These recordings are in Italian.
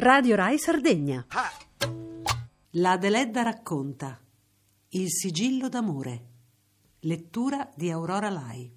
Radio Rai Sardegna. La Deledda racconta. Il sigillo d'amore. Lettura di Aurora Lai.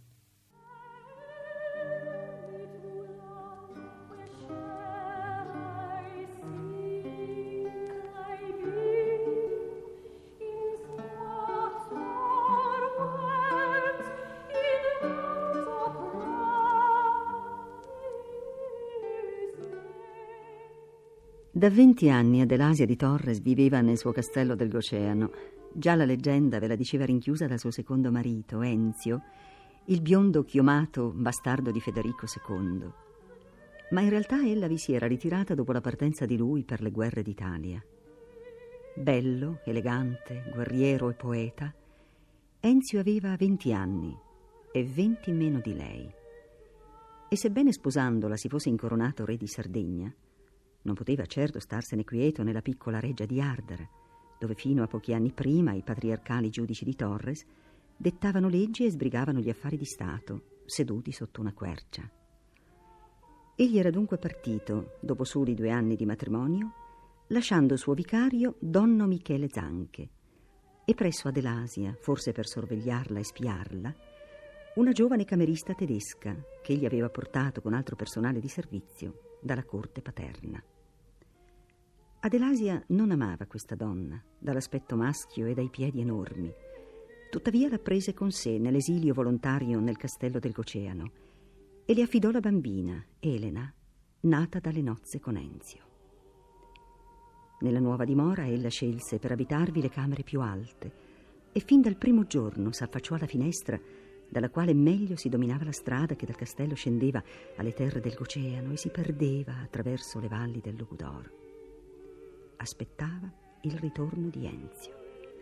Da 20 anni Adelasia di Torres viveva nel suo castello dell'Oceano. Già la leggenda ve la diceva rinchiusa dal suo secondo marito, Enzio, il biondo chiumato bastardo di Federico II. Ma in realtà ella vi si era ritirata dopo la partenza di lui per le guerre d'Italia. Bello, elegante, guerriero e poeta, Enzio aveva 20 anni e 20 meno di lei. E sebbene sposandola si fosse incoronato re di Sardegna, non poteva certo starsene quieto nella piccola reggia di Ardara, dove fino a pochi anni prima i patriarcali giudici di Torres dettavano leggi e sbrigavano gli affari di Stato, seduti sotto una quercia. Egli era dunque partito, dopo soli 2 anni di matrimonio, lasciando suo vicario Donno Michele Zanche, e presso Adelasia, forse per sorvegliarla e spiarla, una giovane camerista tedesca che egli aveva portato con altro personale di servizio dalla corte paterna. Adelasia non amava questa donna, dall'aspetto maschio e dai piedi enormi. Tuttavia la prese con sé nell'esilio volontario nel castello dell'Oceano e le affidò la bambina, Elena, nata dalle nozze con Enzio. Nella nuova dimora ella scelse per abitarvi le camere più alte e fin dal primo giorno s'affacciò alla finestra dalla quale meglio si dominava la strada che dal castello scendeva alle terre dell'Oceano e si perdeva attraverso le valli del Logudoro. Aspettava il ritorno di Enzio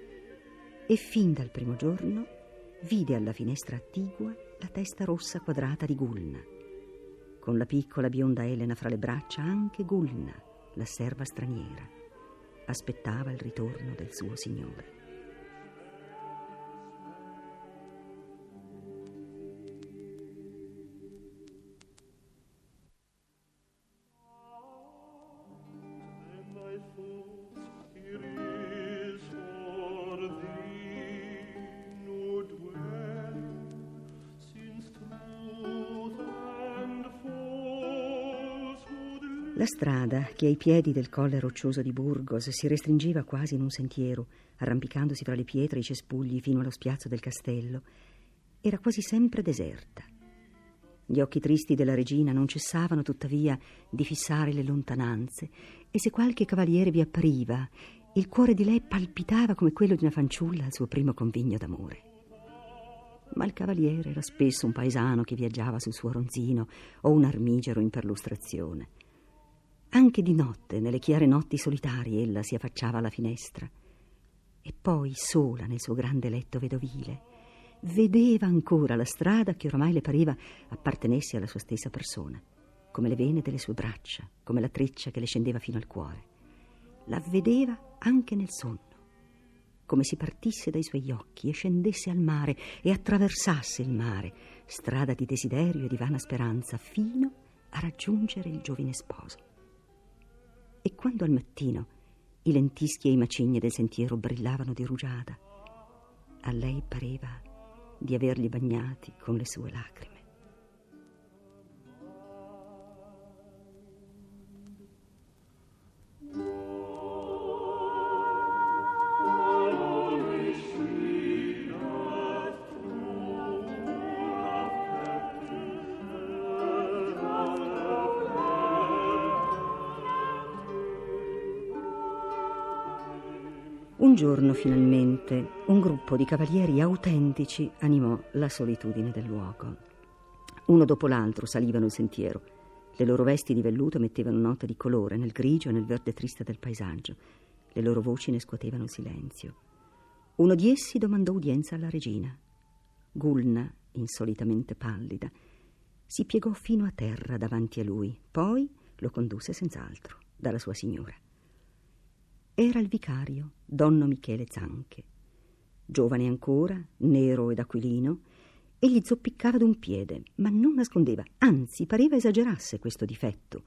e fin dal primo giorno vide alla finestra attigua la testa rossa quadrata di Gulna, con la piccola bionda Elena fra le braccia anche Gulna, la serva straniera, aspettava il ritorno del suo signore. La strada, che ai piedi del colle roccioso di Burgos si restringeva quasi in un sentiero, arrampicandosi fra le pietre e i cespugli fino allo spiazzo del castello, era quasi sempre deserta. Gli occhi tristi della regina non cessavano tuttavia di fissare le lontananze, e se qualche cavaliere vi appariva, il cuore di lei palpitava come quello di una fanciulla al suo primo convegno d'amore. Ma il cavaliere era spesso un paesano che viaggiava sul suo ronzino o un armigero in perlustrazione. Anche di notte, nelle chiare notti solitarie, ella si affacciava alla finestra e poi, sola nel suo grande letto vedovile, vedeva ancora la strada che oramai le pareva appartenesse alla sua stessa persona, come le vene delle sue braccia, come la treccia che le scendeva fino al cuore. La vedeva anche nel sonno, come si partisse dai suoi occhi e scendesse al mare e attraversasse il mare, strada di desiderio e di vana speranza, fino a raggiungere il giovine sposo. E quando al mattino i lentischi e i macigni del sentiero brillavano di rugiada, a lei pareva di averli bagnati con le sue lacrime. Un giorno, finalmente, un gruppo di cavalieri autentici animò la solitudine del luogo. Uno dopo l'altro salivano il sentiero. Le loro vesti di velluto mettevano nota di colore nel grigio e nel verde triste del paesaggio. Le loro voci ne scuotevano il silenzio. Uno di essi domandò udienza alla regina. Gulna, insolitamente pallida, si piegò fino a terra davanti a lui, poi lo condusse senz'altro dalla sua signora. Era il vicario, Donno Michele Zanche. Giovane ancora, nero ed aquilino, egli zoppicava d'un piede, ma non nascondeva, anzi pareva esagerasse questo difetto,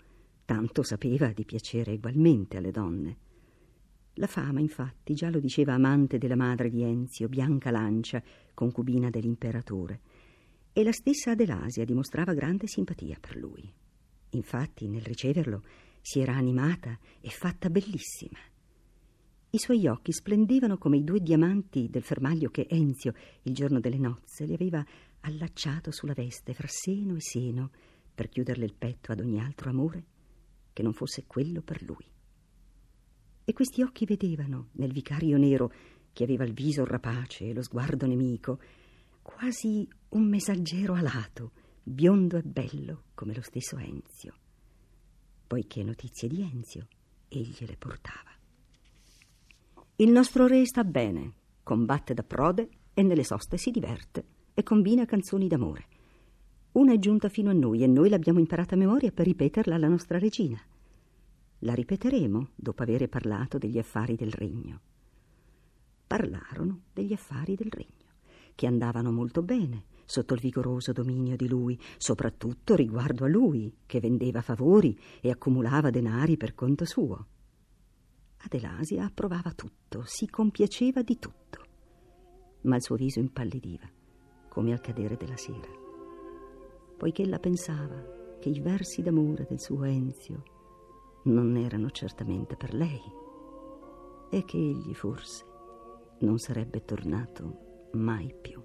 tanto sapeva di piacere egualmente alle donne. La fama, infatti, già lo diceva amante della madre di Enzio, Bianca Lancia, concubina dell'imperatore, e la stessa Adelasia dimostrava grande simpatia per lui. Infatti, nel riceverlo, si era animata e fatta bellissima. I suoi occhi splendevano come i 2 diamanti del fermaglio che Enzio, il giorno delle nozze, le aveva allacciato sulla veste fra seno e seno per chiuderle il petto ad ogni altro amore che non fosse quello per lui. E questi occhi vedevano nel vicario nero, che aveva il viso rapace e lo sguardo nemico, quasi un messaggero alato, biondo e bello come lo stesso Enzio, poiché notizie di Enzio egli le portava. Il nostro re sta bene, combatte da prode e nelle soste si diverte e combina canzoni d'amore. Una è giunta fino a noi e noi l'abbiamo imparata a memoria per ripeterla alla nostra regina. La ripeteremo dopo avere parlato degli affari del regno. Parlarono degli affari del regno, che andavano molto bene sotto il vigoroso dominio di lui, soprattutto riguardo a lui, che vendeva favori e accumulava denari per conto suo. Adelasia approvava tutto, si compiaceva di tutto, ma il suo viso impallidiva, come al cadere della sera, poiché ella pensava che i versi d'amore del suo Enzio non erano certamente per lei e che egli forse non sarebbe tornato mai più.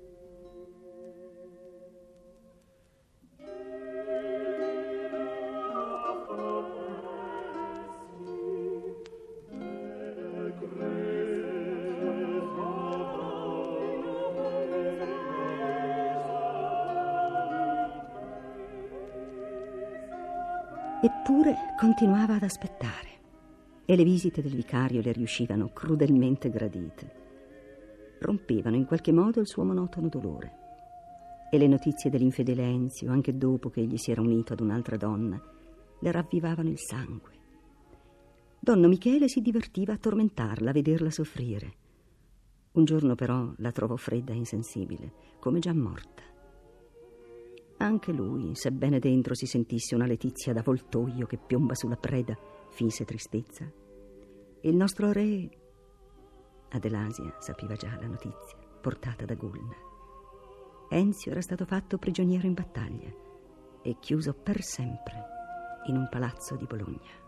Eppure continuava ad aspettare e le visite del vicario le riuscivano crudelmente gradite. Rompevano in qualche modo il suo monotono dolore e le notizie dell'infedele Enzio, anche dopo che egli si era unito ad un'altra donna, le ravvivavano il sangue. Don Michele si divertiva a tormentarla, a vederla soffrire. Un giorno però la trovò fredda e insensibile, come già morta. Anche lui, sebbene dentro si sentisse una letizia da voltoio che piomba sulla preda, finse tristezza. Il nostro re... Adelasia sapeva già la notizia, portata da Gulna. Enzio era stato fatto prigioniero in battaglia e chiuso per sempre in un palazzo di Bologna.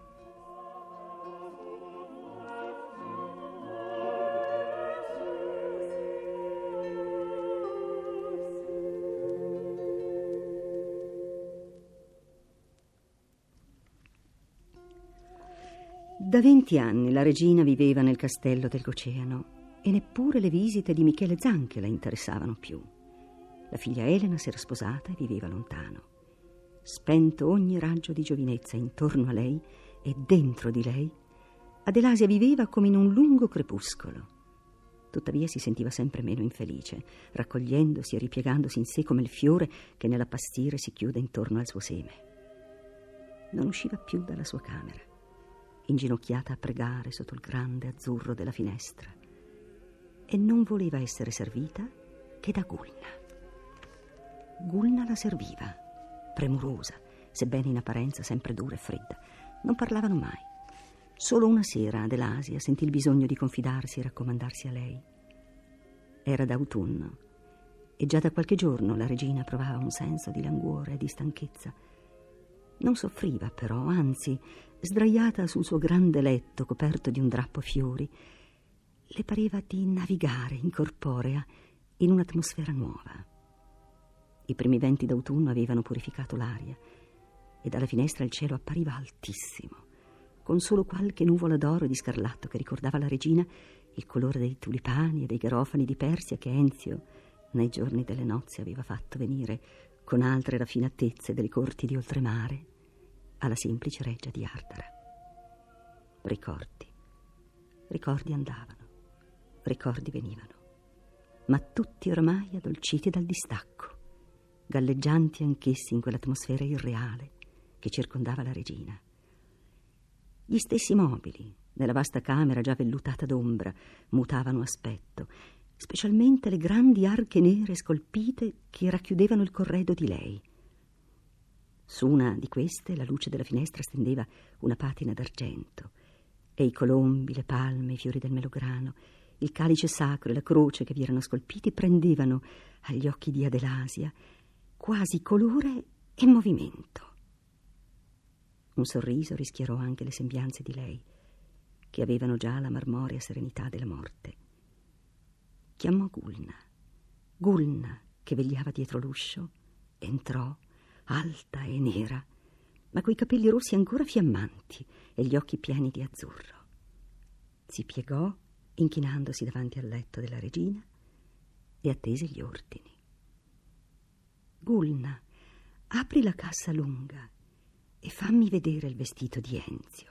Da 20 anni la regina viveva nel castello dell'Oceano e neppure le visite di Michele Zanche la interessavano più. La figlia Elena si era sposata e viveva lontano. Spento ogni raggio di giovinezza intorno a lei e dentro di lei, Adelasia viveva come in un lungo crepuscolo. Tuttavia si sentiva sempre meno infelice, raccogliendosi e ripiegandosi in sé come il fiore che nella pastire si chiude intorno al suo seme. Non usciva più dalla sua camera, inginocchiata a pregare sotto il grande azzurro della finestra, e non voleva essere servita che da Gulna. Gulna la serviva, premurosa, sebbene in apparenza sempre dura e fredda. Non parlavano mai. Solo una sera Adelasia sentì il bisogno di confidarsi e raccomandarsi a lei. Era d'autunno e già da qualche giorno la regina provava un senso di languore e di stanchezza. Non soffriva però, anzi, sdraiata sul suo grande letto coperto di un drappo a fiori, le pareva di navigare incorporea in un'atmosfera nuova. I primi venti d'autunno avevano purificato l'aria e dalla finestra il cielo appariva altissimo, con solo qualche nuvola d'oro e di scarlatto che ricordava alla regina il colore dei tulipani e dei garofani di Persia che Enzio, nei giorni delle nozze, aveva fatto venire con altre raffinatezze delle corti di oltremare alla semplice reggia di Ardara. Ricordi andavano, ricordi venivano, ma tutti oramai addolciti dal distacco, galleggianti anch'essi in quell'atmosfera irreale che circondava la regina. Gli stessi mobili, nella vasta camera già vellutata d'ombra, mutavano aspetto, specialmente le grandi arche nere scolpite che racchiudevano il corredo di lei. Su una di queste la luce della finestra stendeva una patina d'argento e i colombi, le palme, i fiori del melograno, il calice sacro e la croce che vi erano scolpiti prendevano agli occhi di Adelasia quasi colore e movimento. Un sorriso rischiarò anche le sembianze di lei, che avevano già la marmorea serenità della morte. Chiamò Gulna, che vegliava dietro l'uscio, entrò, alta e nera, ma coi capelli rossi ancora fiammanti e gli occhi pieni di azzurro. Si piegò, inchinandosi davanti al letto della regina, e attese gli ordini. Gulna, apri la cassa lunga e fammi vedere il vestito di Enzio.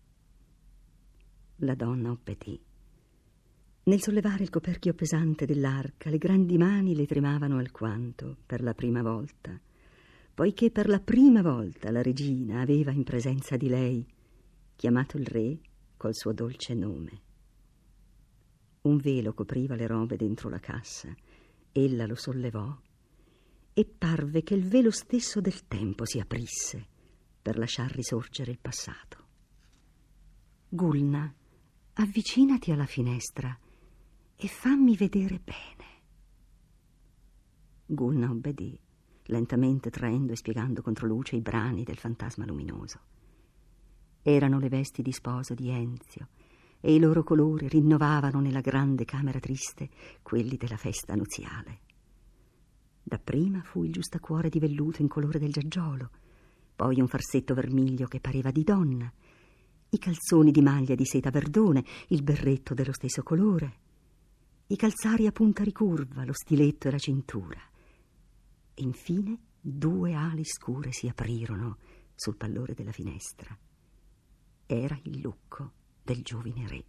La donna obbedì. Nel sollevare il coperchio pesante dell'arca, le grandi mani le tremavano alquanto per la prima volta, poiché per la prima volta la regina aveva in presenza di lei chiamato il re col suo dolce nome. Un velo copriva le robe dentro la cassa. Ella lo sollevò e parve che il velo stesso del tempo si aprisse per lasciar risorgere il passato. Gulna, avvicinati alla finestra e fammi vedere bene. Gulna obbedì, lentamente traendo e spiegando contro luce i brani del fantasma luminoso. Erano le vesti di sposo di Enzio e i loro colori rinnovavano nella grande camera triste quelli della festa nuziale. Dapprima fu il giustacuore di velluto in colore del giaggiolo, poi un farsetto vermiglio che pareva di donna, i calzoni di maglia di seta verdone, il berretto dello stesso colore, i calzari a punta ricurva, lo stiletto e la cintura. Infine 2 ali scure si aprirono sul pallore della finestra. Era il lucco del giovine re.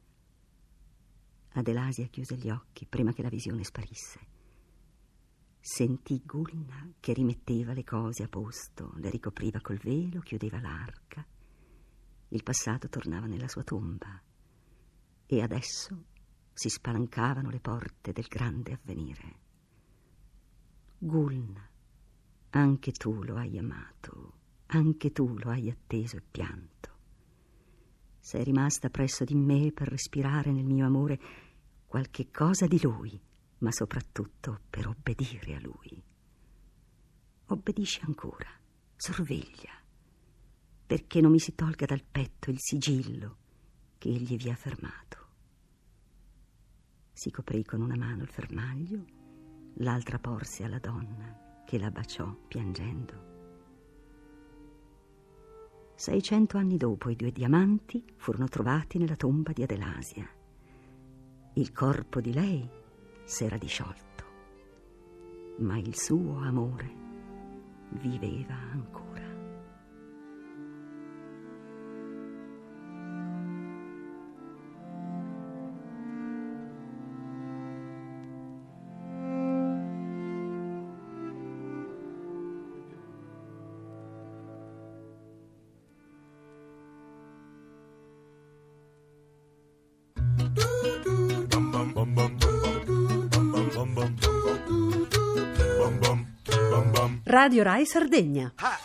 Adelasia chiuse gli occhi prima che la visione sparisse. Sentì Gulna che rimetteva le cose a posto, le ricopriva col velo, chiudeva l'arca. Il passato tornava nella sua tomba e adesso si spalancavano le porte del grande avvenire. Gulna, anche tu lo hai amato, anche tu lo hai atteso e pianto. Sei rimasta presso di me per respirare nel mio amore qualche cosa di lui, ma soprattutto per obbedire a lui. Obbedisci ancora, sorveglia, perché non mi si tolga dal petto il sigillo che egli vi ha fermato. Si coprì con una mano il fermaglio, l'altra porse alla donna che la baciò piangendo. 600 anni dopo i 2 diamanti furono trovati nella tomba di Adelasia. Il corpo di lei s'era disciolto, ma il suo amore viveva ancora. Radio Rai Sardegna.